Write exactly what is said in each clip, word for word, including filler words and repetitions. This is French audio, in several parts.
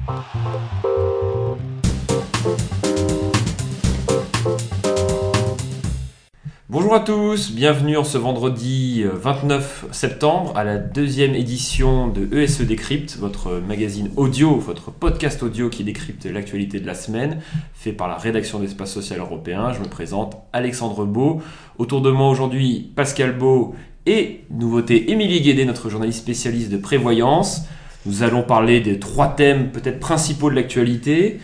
Bonjour à tous, bienvenue en ce vendredi vingt-neuf septembre à la deuxième édition de E S E Décrypte, votre magazine audio, votre podcast audio qui décrypte l'actualité de la semaine, fait par la rédaction d'Espace Social Européen. Je me présente Alexandre Beau. Autour de moi aujourd'hui, Pascal Beau et, nouveauté, Émilie Guédé, notre journaliste spécialiste de prévoyance. Nous allons parler des trois thèmes peut-être principaux de l'actualité.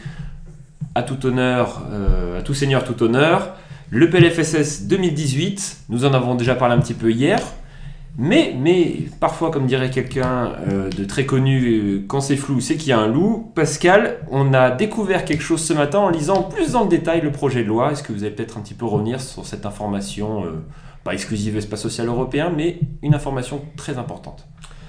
À tout honneur, euh, à tout seigneur, tout honneur. Le P L F S S deux mille dix-huit, nous en avons déjà parlé un petit peu hier, mais, mais parfois, comme dirait quelqu'un euh, de très connu, euh, quand c'est flou, c'est qu'il y a un loup. Pascal, on a découvert quelque chose ce matin en lisant plus dans le détail le projet de loi. Est-ce que vous allez peut-être un petit peu revenir sur cette information, euh, pas exclusive Espace Social Européen, mais une information très importante?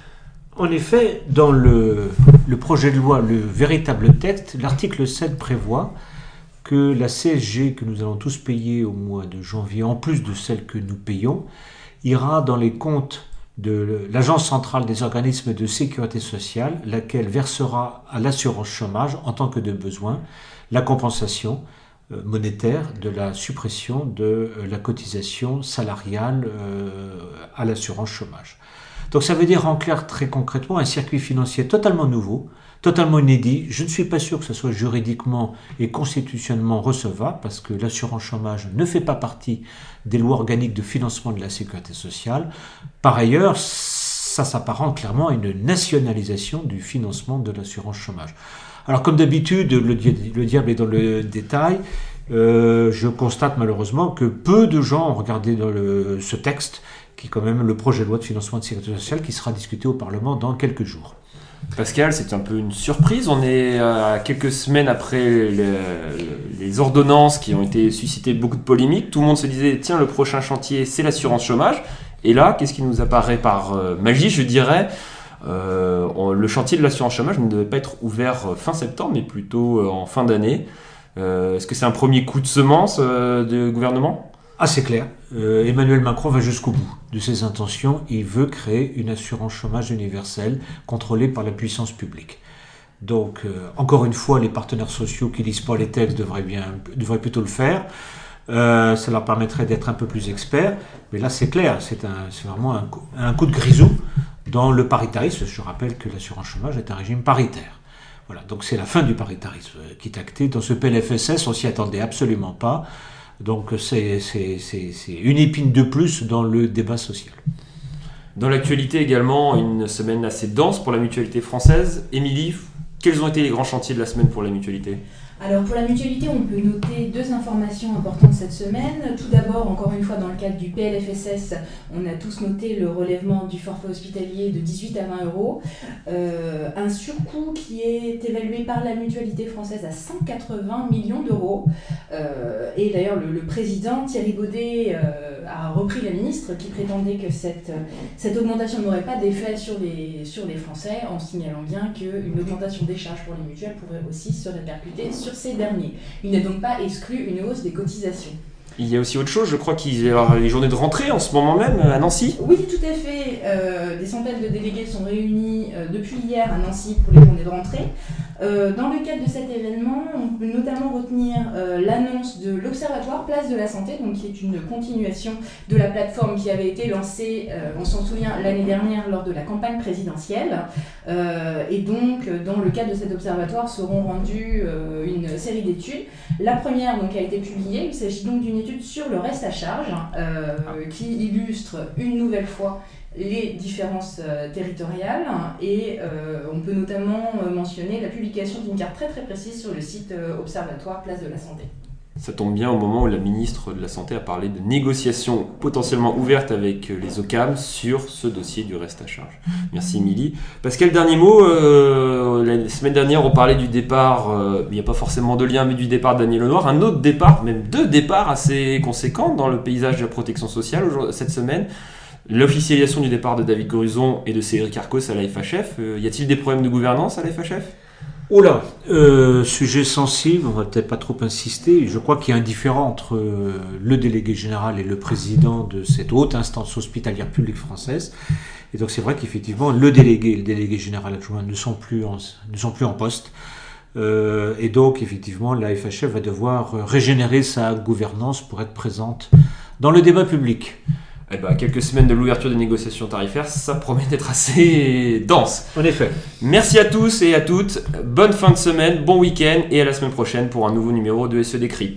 En effet, dans le, le projet de loi, le véritable texte, l'article sept prévoit que la C S G que nous allons tous payer au mois de janvier, en plus de celle que nous payons, ira dans les comptes de l'Agence centrale des organismes de sécurité sociale, laquelle versera à l'assurance chômage, en tant que de besoin, la compensation euh, monétaire de la suppression de euh, la cotisation salariale euh, à l'assurance chômage. Donc ça veut dire en clair très concrètement un circuit financier totalement nouveau, totalement inédit. Je ne suis pas sûr que ce soit juridiquement et constitutionnellement recevable parce que l'assurance chômage ne fait pas partie des lois organiques de financement de la sécurité sociale. Par ailleurs, ça s'apparente clairement à une nationalisation du financement de l'assurance chômage. Alors comme d'habitude, le, di- le diable est dans le détail. Euh, je constate malheureusement que peu de gens ont regardé dans le, ce texte, qui est quand même le projet de loi de financement de la sécurité sociale qui sera discuté au Parlement dans quelques jours. Pascal, c'est un peu une surprise. On est à quelques semaines après les, les ordonnances qui ont été suscité beaucoup de polémiques. Tout le monde se disait, tiens, le prochain chantier, c'est l'assurance chômage. Et là, qu'est-ce qui nous apparaît par euh, magie, je dirais euh, on, le chantier de l'assurance chômage ne devait pas être ouvert fin septembre, mais plutôt euh, en fin d'année. Euh, est-ce que c'est un premier coup de semence euh, de gouvernement ? Ah, c'est clair. Euh, Emmanuel Macron va jusqu'au bout de ses intentions. Il veut créer une assurance chômage universelle contrôlée par la puissance publique. Donc, euh, encore une fois, les partenaires sociaux qui lisent pas les textes devraient, bien, devraient plutôt le faire. Euh, ça leur permettrait d'être un peu plus experts. Mais là, c'est clair, c'est, un, c'est vraiment un coup, un coup de grisou dans le paritarisme. Je rappelle que l'assurance chômage est un régime paritaire. Voilà, donc c'est la fin du paritarisme qui est acté. Dans ce P L F S S, on s'y attendait absolument pas. Donc c'est, c'est, c'est, c'est une épine de plus dans le débat social. Dans l'actualité également, une semaine assez dense pour la mutualité française. Émilie, quels ont été les grands chantiers de la semaine pour la mutualité ? Alors pour la mutualité, on peut noter deux informations importantes cette semaine. Tout d'abord, encore une fois, dans le cadre du P L F S S, on a tous noté le relèvement du forfait hospitalier de dix-huit à vingt euros. Euh, un surcoût qui est évalué par la mutualité française à cent quatre-vingts millions d'euros. Euh, et d'ailleurs, le, le président Thierry Baudet euh, a repris la ministre qui prétendait que cette, cette augmentation n'aurait pas d'effet sur les, sur les Français, en signalant bien qu'une augmentation des charges pour les mutuelles pourrait aussi se répercuter sur ces derniers. Il n'est donc pas exclu une hausse des cotisations. Il y a aussi autre chose, je crois qu'il y a les journées de rentrée en ce moment même à Nancy. Oui, tout à fait. Euh, des centaines de délégués sont réunis euh, depuis hier à Nancy pour les journées de rentrée. Euh, dans le cadre de cet événement, on peut notamment retenir euh, l'annonce de l'Observatoire Place de la Santé, donc qui est une continuation de la plateforme qui avait été lancée, euh, on s'en souvient, l'année dernière lors de la campagne présidentielle. Euh, et donc, dans le cadre de cet observatoire, seront rendues euh, une série d'études. La première donc, a été publiée. Il s'agit donc d'une étude sur le reste à charge euh, qui illustre une nouvelle fois les différences euh, territoriales et euh, on peut notamment euh, mentionner la publication d'une carte très très précise sur le site euh, Observatoire Place de la Santé. Ça tombe bien au moment où la ministre de la Santé a parlé de négociations potentiellement ouvertes avec les O C A M sur ce dossier du reste à charge. Merci Émilie. Pascal, dernier mot. Euh, la semaine dernière, on parlait du départ, euh, il n'y a pas forcément de lien, mais du départ de Daniel Lenoir. Un autre départ, même deux départs assez conséquents dans le paysage de la protection sociale cette semaine. L'officialisation du départ de David Gruzon et de Cédric Arcos à la F H F. Euh, y a-t-il des problèmes de gouvernance à la F H F ? Oh là, euh, sujet sensible, on va peut-être pas trop insister. Je crois qu'il y a un différend entre euh, le délégué général et le président de cette haute instance hospitalière publique française. Et donc c'est vrai qu'effectivement, le délégué et le délégué général adjoint ne sont plus en, ne sont plus en poste. Euh, et donc effectivement, la F H F va devoir régénérer sa gouvernance pour être présente dans le débat public. Eh ben, quelques semaines de l'ouverture des négociations tarifaires, ça promet d'être assez dense. En effet. Merci à tous et à toutes. Bonne fin de semaine, bon week-end et à la semaine prochaine pour un nouveau numéro de S E Décrypte.